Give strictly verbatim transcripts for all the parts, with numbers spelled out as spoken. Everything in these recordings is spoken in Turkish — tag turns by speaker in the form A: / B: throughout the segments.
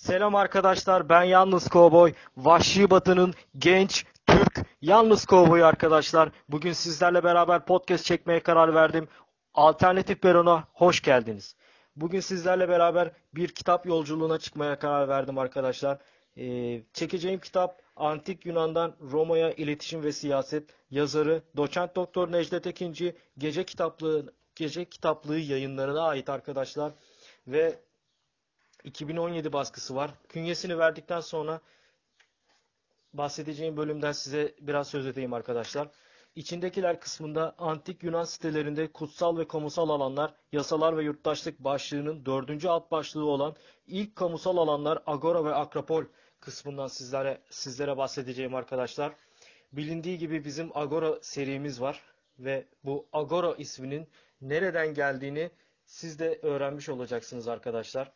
A: Selam arkadaşlar, ben Yalnız Kovboy. Vahşi Batı'nın genç Türk Yalnız Kovboyu arkadaşlar. Bugün sizlerle beraber podcast çekmeye karar verdim. Alternatif Peron'a hoş geldiniz. Bugün sizlerle beraber bir kitap yolculuğuna çıkmaya karar verdim arkadaşlar. Ee, çekeceğim kitap Antik Yunan'dan Roma'ya İletişim ve Siyaset. Yazarı Doçent Doktor Necdet Ekinci, Gece Kitaplığı Gece Kitaplığı Yayınlarına ait arkadaşlar. Ve iki bin on yedi baskısı var. Künyesini verdikten sonra bahsedeceğim bölümden size biraz söz edeyim arkadaşlar. İçindekiler kısmında antik Yunan sitelerinde kutsal ve kamusal alanlar, yasalar ve yurttaşlık başlığının dördüncü alt başlığı olan ilk kamusal alanlar Agora ve Akropol kısmından sizlere sizlere bahsedeceğim arkadaşlar. Bilindiği gibi bizim Agora serimiz var ve bu Agora isminin nereden geldiğini siz de öğrenmiş olacaksınız arkadaşlar.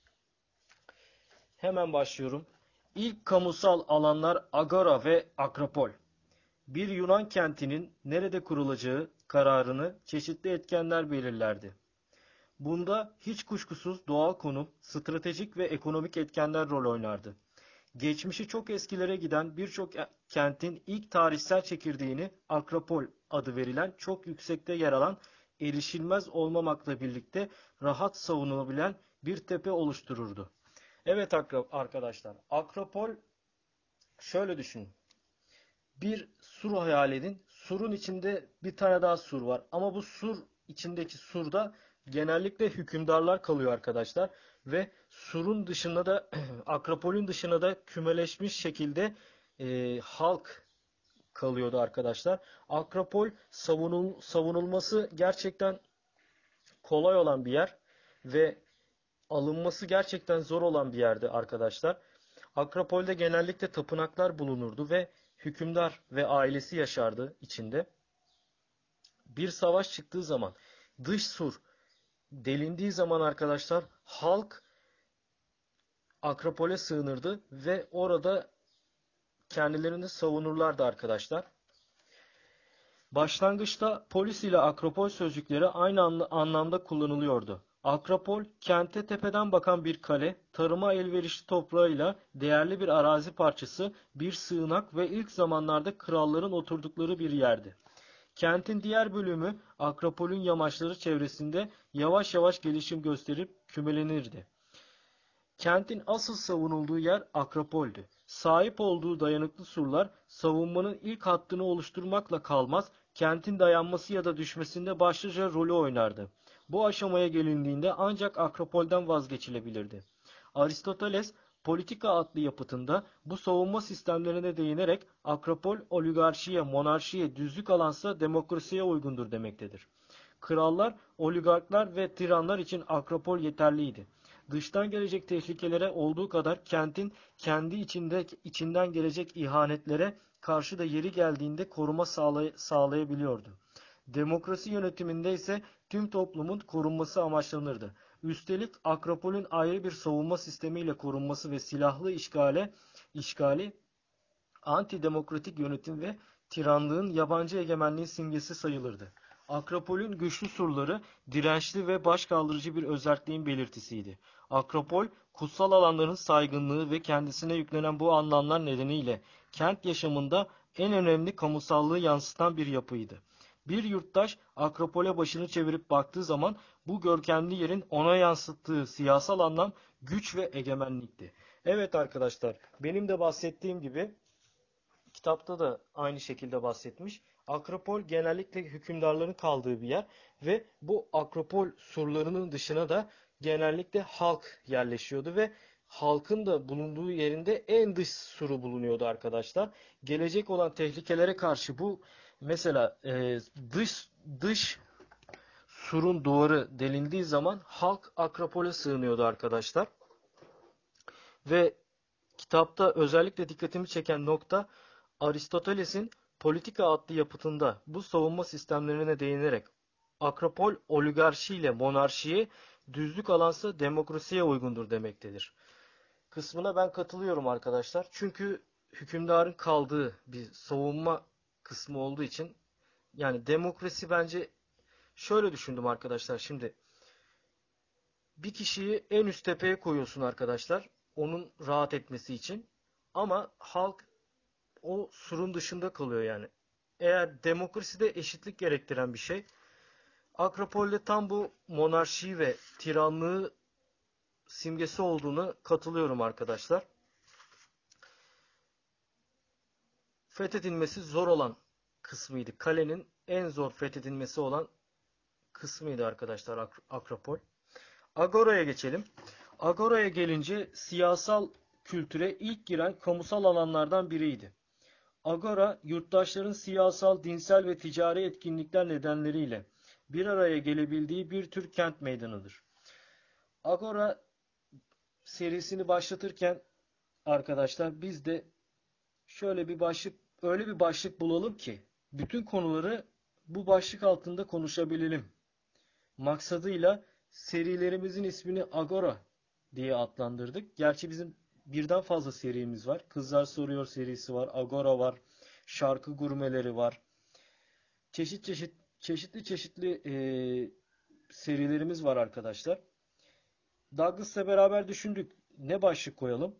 A: Hemen başlıyorum. İlk kamusal alanlar Agora ve Akropol. Bir Yunan kentinin nerede kurulacağı kararını çeşitli etkenler belirlerdi. Bunda hiç kuşkusuz doğal konum, stratejik ve ekonomik etkenler rol oynardı. Geçmişi çok eskilere giden birçok kentin ilk tarihsel çekirdeğini Akropol adı verilen çok yüksekte yer alan, erişilmez olmamakla birlikte rahat savunabilen bir tepe oluştururdu. Evet arkadaşlar, Akropol şöyle düşünün. Bir sur hayal edin. Surun içinde bir tane daha sur var. Ama bu sur içindeki surda genellikle hükümdarlar kalıyor arkadaşlar. Ve surun dışında da Akropol'ün dışında da kümeleşmiş şekilde e, halk kalıyordu arkadaşlar. Akropol savunul, savunulması gerçekten kolay olan bir yer ve alınması gerçekten zor olan bir yerdi arkadaşlar. Akropol'de genellikle tapınaklar bulunurdu ve hükümdar ve ailesi yaşardı içinde. Bir savaş çıktığı zaman, dış sur delindiği zaman arkadaşlar halk Akropol'e sığınırdı ve orada kendilerini savunurlardı arkadaşlar. Başlangıçta polis ile Akropol sözcükleri aynı anlamda kullanılıyordu. Akropol, kente tepeden bakan bir kale, tarıma elverişli toprağıyla değerli bir arazi parçası, bir sığınak ve ilk zamanlarda kralların oturdukları bir yerdi. Kentin diğer bölümü Akropol'ün yamaçları çevresinde yavaş yavaş gelişim gösterip kümelenirdi. Kentin asıl savunulduğu yer Akropol'dü. Sahip olduğu dayanıklı surlar savunmanın ilk hattını oluşturmakla kalmaz, kentin dayanması ya da düşmesinde başlıca rolü oynardı. Bu aşamaya gelindiğinde ancak Akropol'den vazgeçilebilirdi. Aristoteles, Politika adlı yapıtında bu savunma sistemlerine değinerek Akropol oligarşiye, monarşiye, düzlük alansa demokrasiye uygundur demektedir. Krallar, oligarklar ve tiranlar için Akropol yeterliydi. Dıştan gelecek tehlikelere olduğu kadar kentin kendi içinde içinden gelecek ihanetlere karşı da yeri geldiğinde koruma sağlay sağlayabiliyordu. Demokrasi yönetiminde ise tüm toplumun korunması amaçlanırdı. Üstelik Akropol'ün ayrı bir savunma sistemiyle korunması ve silahlı işgale işgali antidemokratik yönetim ve tiranlığın yabancı egemenliği simgesi sayılırdı. Akropol'ün güçlü surları dirençli ve başkaldırıcı bir özelliğin belirtisiydi. Akropol, kutsal alanların saygınlığı ve kendisine yüklenen bu anlamlar nedeniyle kent yaşamında en önemli kamusallığı yansıtan bir yapıydı. Bir yurttaş Akropol'e başını çevirip baktığı zaman bu görkemli yerin ona yansıttığı siyasal anlam güç ve egemenlikti. Evet arkadaşlar, benim de bahsettiğim gibi kitapta da aynı şekilde bahsetmiş. Akropol genellikle hükümdarların kaldığı bir yer ve bu Akropol surlarının dışına da genellikle halk yerleşiyordu ve halkın da bulunduğu yerinde en dış suru bulunuyordu arkadaşlar. Gelecek olan tehlikelere karşı bu mesela e, dış dış surun duvarı delindiği zaman halk Akropol'e sığınıyordu arkadaşlar. Ve kitapta özellikle dikkatimi çeken nokta Aristoteles'in Politika adlı yapıtında bu savunma sistemlerine değinerek Akropol oligarşi ile monarşiye, düzlük alansa demokrasiye uygundur demektedir. Kısmına ben katılıyorum arkadaşlar. Çünkü hükümdarın kaldığı bir savunma kısmı olduğu için yani demokrasi bence şöyle düşündüm arkadaşlar. Şimdi bir kişiyi en üst tepeye koyuyorsun arkadaşlar. onun rahat etmesi için. Ama halk o surun dışında kalıyor yani. Eğer demokrasi de eşitlik gerektiren bir şey. Akropol'de tam bu monarşi ve tiranlığı simgesi olduğunu katılıyorum arkadaşlar. Fethedilmesi zor olan kısmıydı. Kalenin en zor fethedilmesi olan kısmıydı arkadaşlar Ak- Akropol. Agora'ya geçelim. Agora'ya gelince siyasal kültüre ilk giren kamusal alanlardan biriydi. Agora, yurttaşların siyasal, dinsel ve ticari etkinlikler nedenleriyle bir araya gelebildiği bir tür kent meydanıdır. Agora serisini başlatırken arkadaşlar biz de şöyle bir başlık, öyle bir başlık bulalım ki bütün konuları bu başlık altında konuşabilelim. Maksadıyla serilerimizin ismini Agora diye adlandırdık. Gerçi bizim birden fazla serimiz var. Kızlar Soruyor serisi var, Agora var, şarkı gurmeleri var. Çeşit çeşit çeşitli çeşitli e, serilerimiz var arkadaşlar. Douglas'la beraber düşündük. Ne başlık koyalım?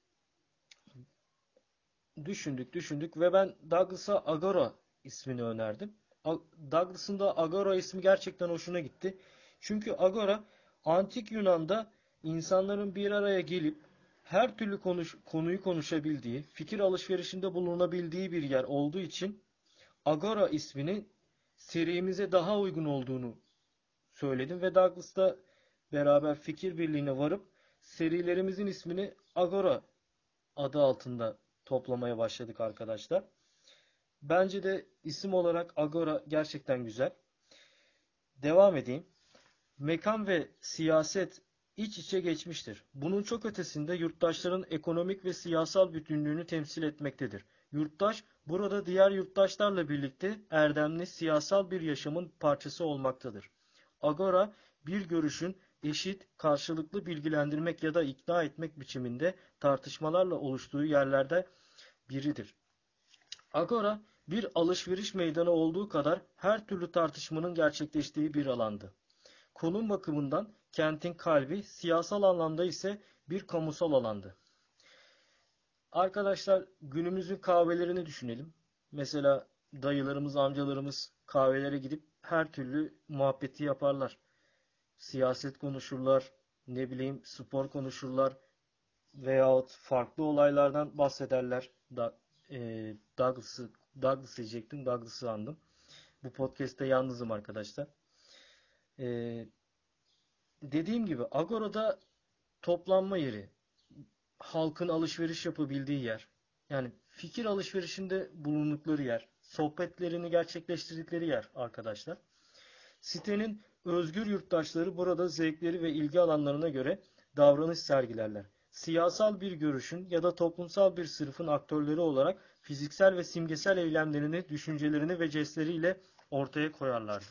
A: Düşündük, düşündük ve ben Douglas'a Agora ismini önerdim. Douglas'ın da Agora ismi gerçekten hoşuna gitti. Çünkü Agora antik Yunan'da insanların bir araya gelip her türlü konuş, konuyu konuşabildiği, fikir alışverişinde bulunabildiği bir yer olduğu için Agora isminin serimize daha uygun olduğunu söyledim ve Douglas'la beraber fikir birliğine varıp serilerimizin ismini Agora adı altında toplamaya başladık arkadaşlar. Bence de isim olarak Agora gerçekten güzel. Devam edeyim. Mekan ve siyaset iç içe geçmiştir. Bunun çok ötesinde yurttaşların ekonomik ve siyasal bütünlüğünü temsil etmektedir. Yurttaş burada diğer yurttaşlarla birlikte erdemli siyasal bir yaşamın parçası olmaktadır. Agora bir görüşün eşit, karşılıklı bilgilendirmek ya da ikna etmek biçiminde tartışmalarla oluştuğu yerlerde biridir. Agora bir alışveriş meydanı olduğu kadar her türlü tartışmanın gerçekleştiği bir alandı. Konum bakımından kentin kalbi, siyasal anlamda ise bir kamusal alandı. Arkadaşlar günümüzün kahvelerini düşünelim. Mesela dayılarımız, amcalarımız kahvelere gidip her türlü muhabbeti yaparlar. Siyaset konuşurlar, ne bileyim spor konuşurlar veyahut farklı olaylardan bahsederler. Da, e, Douglas'ı Douglas diyecektim, Douglas'ı andım. Bu podcast'te yalnızım arkadaşlar. E, Dediğim gibi Agora'da toplanma yeri, halkın alışveriş yapabildiği yer, yani fikir alışverişinde bulundukları yer, sohbetlerini gerçekleştirdikleri yer arkadaşlar. Sitenin özgür yurttaşları burada zevkleri ve ilgi alanlarına göre davranış sergilerler. Siyasal bir görüşün ya da toplumsal bir sınıfın aktörleri olarak fiziksel ve simgesel eylemlerini, düşüncelerini ve jestleriyle ortaya koyarlardı.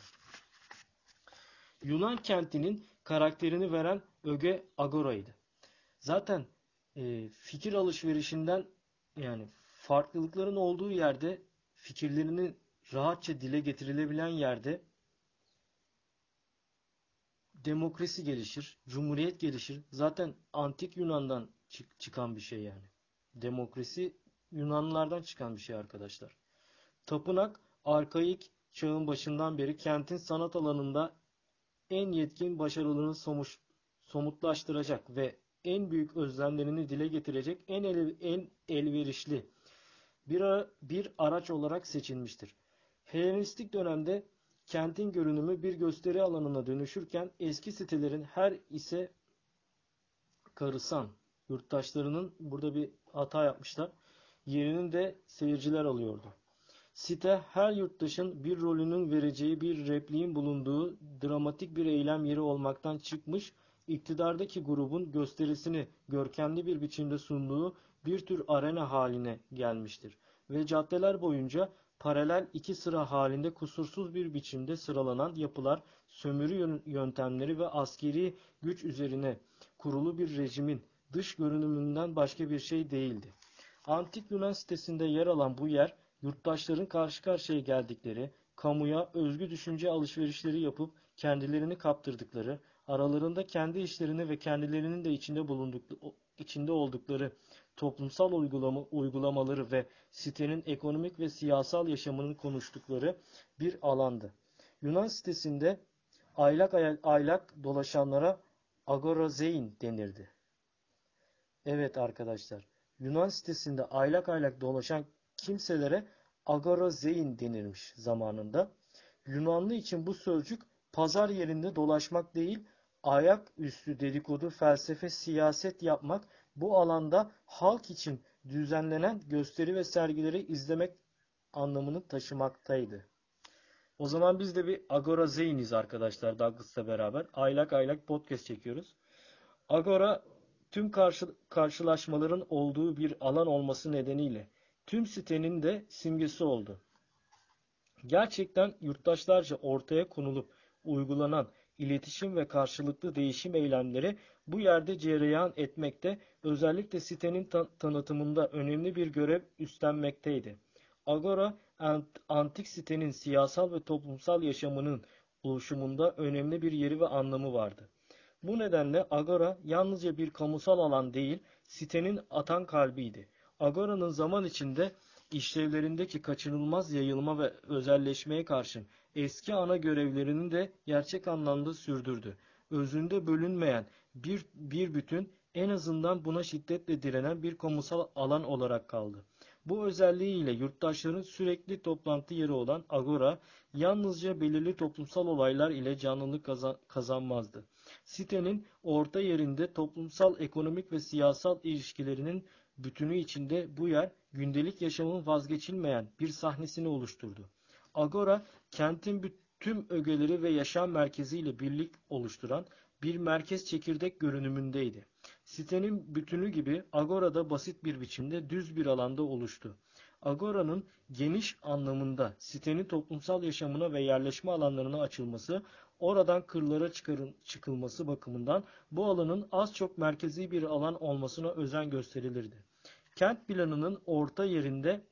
A: Yunan kentinin karakterini veren öge Agora'ydı. Zaten e, fikir alışverişinden yani farklılıkların olduğu yerde fikirlerinin rahatça dile getirilebilen yerde demokrasi gelişir, cumhuriyet gelişir. Zaten antik Yunan'dan çık- çıkan bir şey yani. Demokrasi Yunanlılardan çıkan bir şey arkadaşlar. Tapınak arkaik çağın başından beri kentin sanat alanında en yetkin başarılarını somuş, somutlaştıracak ve en büyük özlemlerini dile getirecek en, el, en elverişli bir, bir araç olarak seçilmiştir. Helenistik dönemde kentin görünümü bir gösteri alanına dönüşürken eski sitelerin her ise karısan yurttaşlarının burada bir hata yapmışlar. Yerinin de seyirciler alıyordu. Site her yurttaşın bir rolünün vereceği bir repliğin bulunduğu dramatik bir eylem yeri olmaktan çıkmış, iktidardaki grubun gösterisini görkemli bir biçimde sunduğu bir tür arena haline gelmiştir. Ve caddeler boyunca paralel iki sıra halinde kusursuz bir biçimde sıralanan yapılar, sömürü yöntemleri ve askeri güç üzerine kurulu bir rejimin dış görünümünden başka bir şey değildi. Antik Yunan sitesinde yer alan bu yer, yurttaşların karşı karşıya geldikleri, kamuya özgü düşünce alışverişleri yapıp kendilerini kaptırdıkları, aralarında kendi işlerini ve kendilerinin de içinde bulunduk, içinde oldukları toplumsal uygulama, uygulamaları ve sitenin ekonomik ve siyasal yaşamının konuştukları bir alandı. Yunan sitesinde aylak aylak dolaşanlara agorazein denirdi. Evet arkadaşlar, Yunan sitesinde aylak aylak dolaşan kimselere agorazein denirmiş zamanında. Yunanlı için bu sözcük pazar yerinde dolaşmak değil, ayak üstü dedikodu, felsefe, siyaset yapmak, bu alanda halk için düzenlenen gösteri ve sergileri izlemek anlamını taşımaktaydı. O zaman biz de bir Agora Zeyniz arkadaşlar, Douglas'la beraber. Aylak aylak podcast çekiyoruz. Agora tüm karşı, karşılaşmaların olduğu bir alan olması nedeniyle tüm sitenin de simgesi oldu. Gerçekten yurttaşlarca ortaya konulup uygulanan iletişim ve karşılıklı değişim eylemleri bu yerde cereyan etmekte, özellikle sitenin ta- tanıtımında önemli bir görev üstlenmekteydi. Agora, antik sitenin siyasal ve toplumsal yaşamının oluşumunda önemli bir yeri ve anlamı vardı. Bu nedenle Agora yalnızca bir kamusal alan değil, sitenin atan kalbiydi. Agora'nın zaman içinde işlevlerindeki kaçınılmaz yayılma ve özelleşmeye karşın eski ana görevlerini de gerçek anlamda sürdürdü. Özünde bölünmeyen bir, bir bütün, en azından buna şiddetle direnen bir kamusal alan olarak kaldı. Bu özelliğiyle yurttaşların sürekli toplantı yeri olan Agora, yalnızca belirli toplumsal olaylar ile canlılık kazanmazdı. Sitenin orta yerinde toplumsal, ekonomik ve siyasal ilişkilerinin bütünü içinde bu yer gündelik yaşamın vazgeçilmeyen bir sahnesini oluşturdu. Agora, kentin tüm ögeleri ve yaşam merkeziyle birlik oluşturan bir merkez çekirdek görünümündeydi. Sitenin bütünü gibi Agora da basit bir biçimde düz bir alanda oluştu. Agora'nın geniş anlamında sitenin toplumsal yaşamına ve yerleşme alanlarına açılması, oradan kırlara çıkarın, çıkılması bakımından bu alanın az çok merkezi bir alan olmasına özen gösterilirdi. Kent planının orta yerinde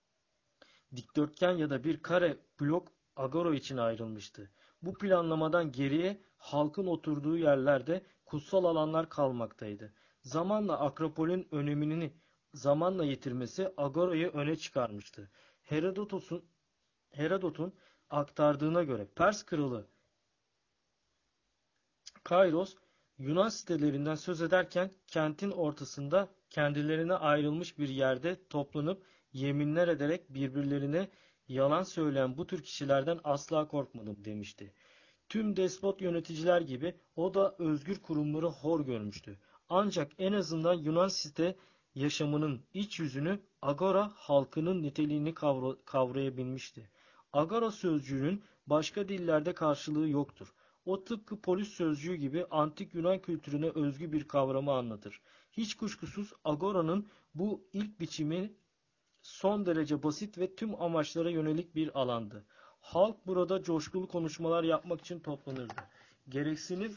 A: dikdörtgen ya da bir kare blok agora için ayrılmıştı. Bu planlamadan geriye halkın oturduğu yerlerde kutsal alanlar kalmaktaydı. Zamanla Akropol'ün önemini zamanla yitirmesi agorayı öne çıkarmıştı. Herodotos'un Herodot'un aktardığına göre Pers kralı Kairos, Yunan sitelerinden söz ederken kentin ortasında kendilerine ayrılmış bir yerde toplanıp yeminler ederek birbirlerine yalan söyleyen bu tür kişilerden asla korkmadım demişti. Tüm despot yöneticiler gibi o da özgür kurumları hor görmüştü. Ancak en azından Yunan site yaşamının iç yüzünü, agora halkının niteliğini kavra kavrayabilmişti. Agora sözcüğünün başka dillerde karşılığı yoktur. O tıpkı polis sözcüğü gibi antik Yunan kültürüne özgü bir kavramı anlatır. Hiç kuşkusuz agora'nın bu ilk biçimi son derece basit ve tüm amaçlara yönelik bir alandı. Halk burada coşkulu konuşmalar yapmak için toplanırdı. Gereksinim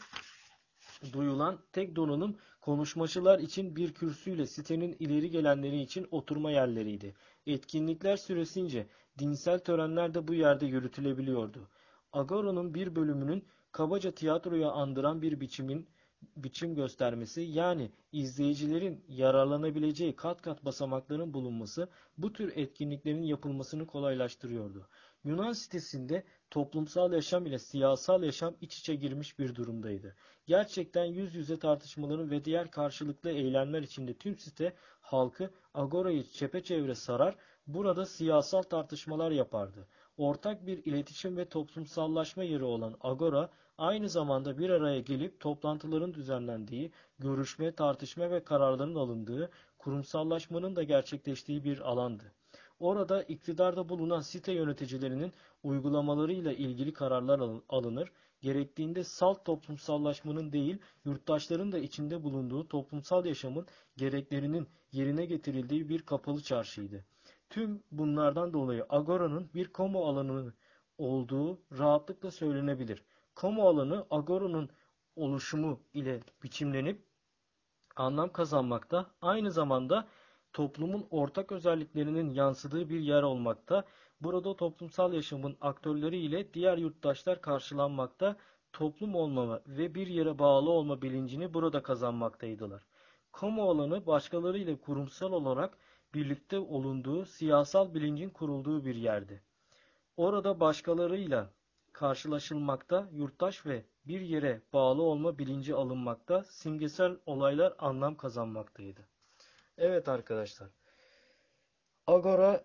A: duyulan tek donanım konuşmacılar için bir kürsüyle sitenin ileri gelenleri için oturma yerleriydi. Etkinlikler süresince dinsel törenler de bu yerde yürütülebiliyordu. Agora'nın bir bölümünün kabaca tiyatroya andıran bir biçimin biçim göstermesi, yani izleyicilerin yararlanabileceği kat kat basamakların bulunması bu tür etkinliklerin yapılmasını kolaylaştırıyordu. Yunan sitesinde toplumsal yaşam ile siyasal yaşam iç içe girmiş bir durumdaydı. Gerçekten yüz yüze tartışmaların ve diğer karşılıklı eylemler içinde tüm site halkı agorayı çepeçevre sarar, burada siyasal tartışmalar yapardı. Ortak bir iletişim ve toplumsallaşma yeri olan agora, aynı zamanda bir araya gelip toplantıların düzenlendiği, görüşme, tartışma ve kararların alındığı, kurumsallaşmanın da gerçekleştiği bir alandı. Orada iktidarda bulunan site yöneticilerinin uygulamalarıyla ilgili kararlar alınır, gerektiğinde salt toplumsallaşmanın değil, yurttaşların da içinde bulunduğu toplumsal yaşamın gereklerinin yerine getirildiği bir kapalı çarşıydı. Tüm bunlardan dolayı Agora'nın bir kamu alanı olduğu rahatlıkla söylenebilir. Kamu alanı Agora'nın oluşumu ile biçimlenip anlam kazanmakta, aynı zamanda toplumun ortak özelliklerinin yansıdığı bir yer olmakta. Burada toplumsal yaşamın aktörleri ile diğer yurttaşlar karşılanmakta, toplum olma ve bir yere bağlı olma bilincini burada kazanmaktaydılar. Kamu alanı başkalarıyla kurumsal olarak birlikte olunduğu, siyasal bilincin kurulduğu bir yerdi. Orada başkalarıyla karşılaşılmakta, yurttaş ve bir yere bağlı olma bilinci alınmakta, simgesel olaylar anlam kazanmaktaydı. Evet arkadaşlar, Agora'nın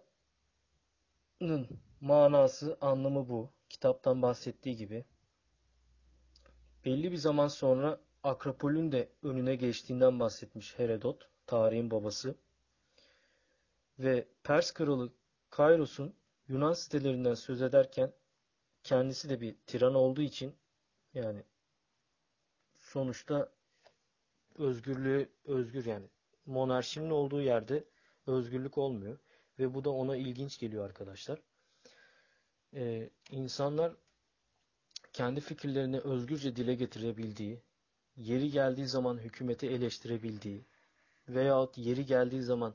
A: manası, anlamı bu. Kitaptan bahsettiği gibi. Belli bir zaman sonra Akropol'ün de önüne geçtiğinden bahsetmiş Herodot, tarihin babası. Ve Pers kralı Kairos'un Yunan sitelerinden söz ederken kendisi de bir tiran olduğu için, yani sonuçta özgürlüğü özgür yani monarşinin olduğu yerde özgürlük olmuyor ve bu da ona ilginç geliyor arkadaşlar. Ee, insanlar kendi fikirlerini özgürce dile getirebildiği, yeri geldiği zaman hükümeti eleştirebildiği veyahut yeri geldiği zaman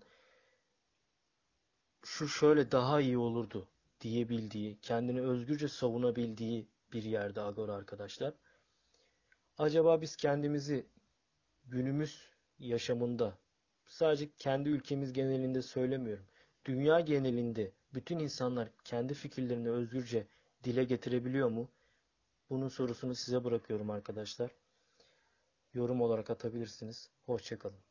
A: şu şöyle daha iyi olurdu diyebildiği, kendini özgürce savunabildiği bir yerde Agora arkadaşlar. Acaba biz kendimizi günümüz yaşamında, sadece kendi ülkemiz genelinde söylemiyorum, dünya genelinde bütün insanlar kendi fikirlerini özgürce dile getirebiliyor mu? Bunun sorusunu size bırakıyorum arkadaşlar. Yorum olarak atabilirsiniz. Hoşça kalın.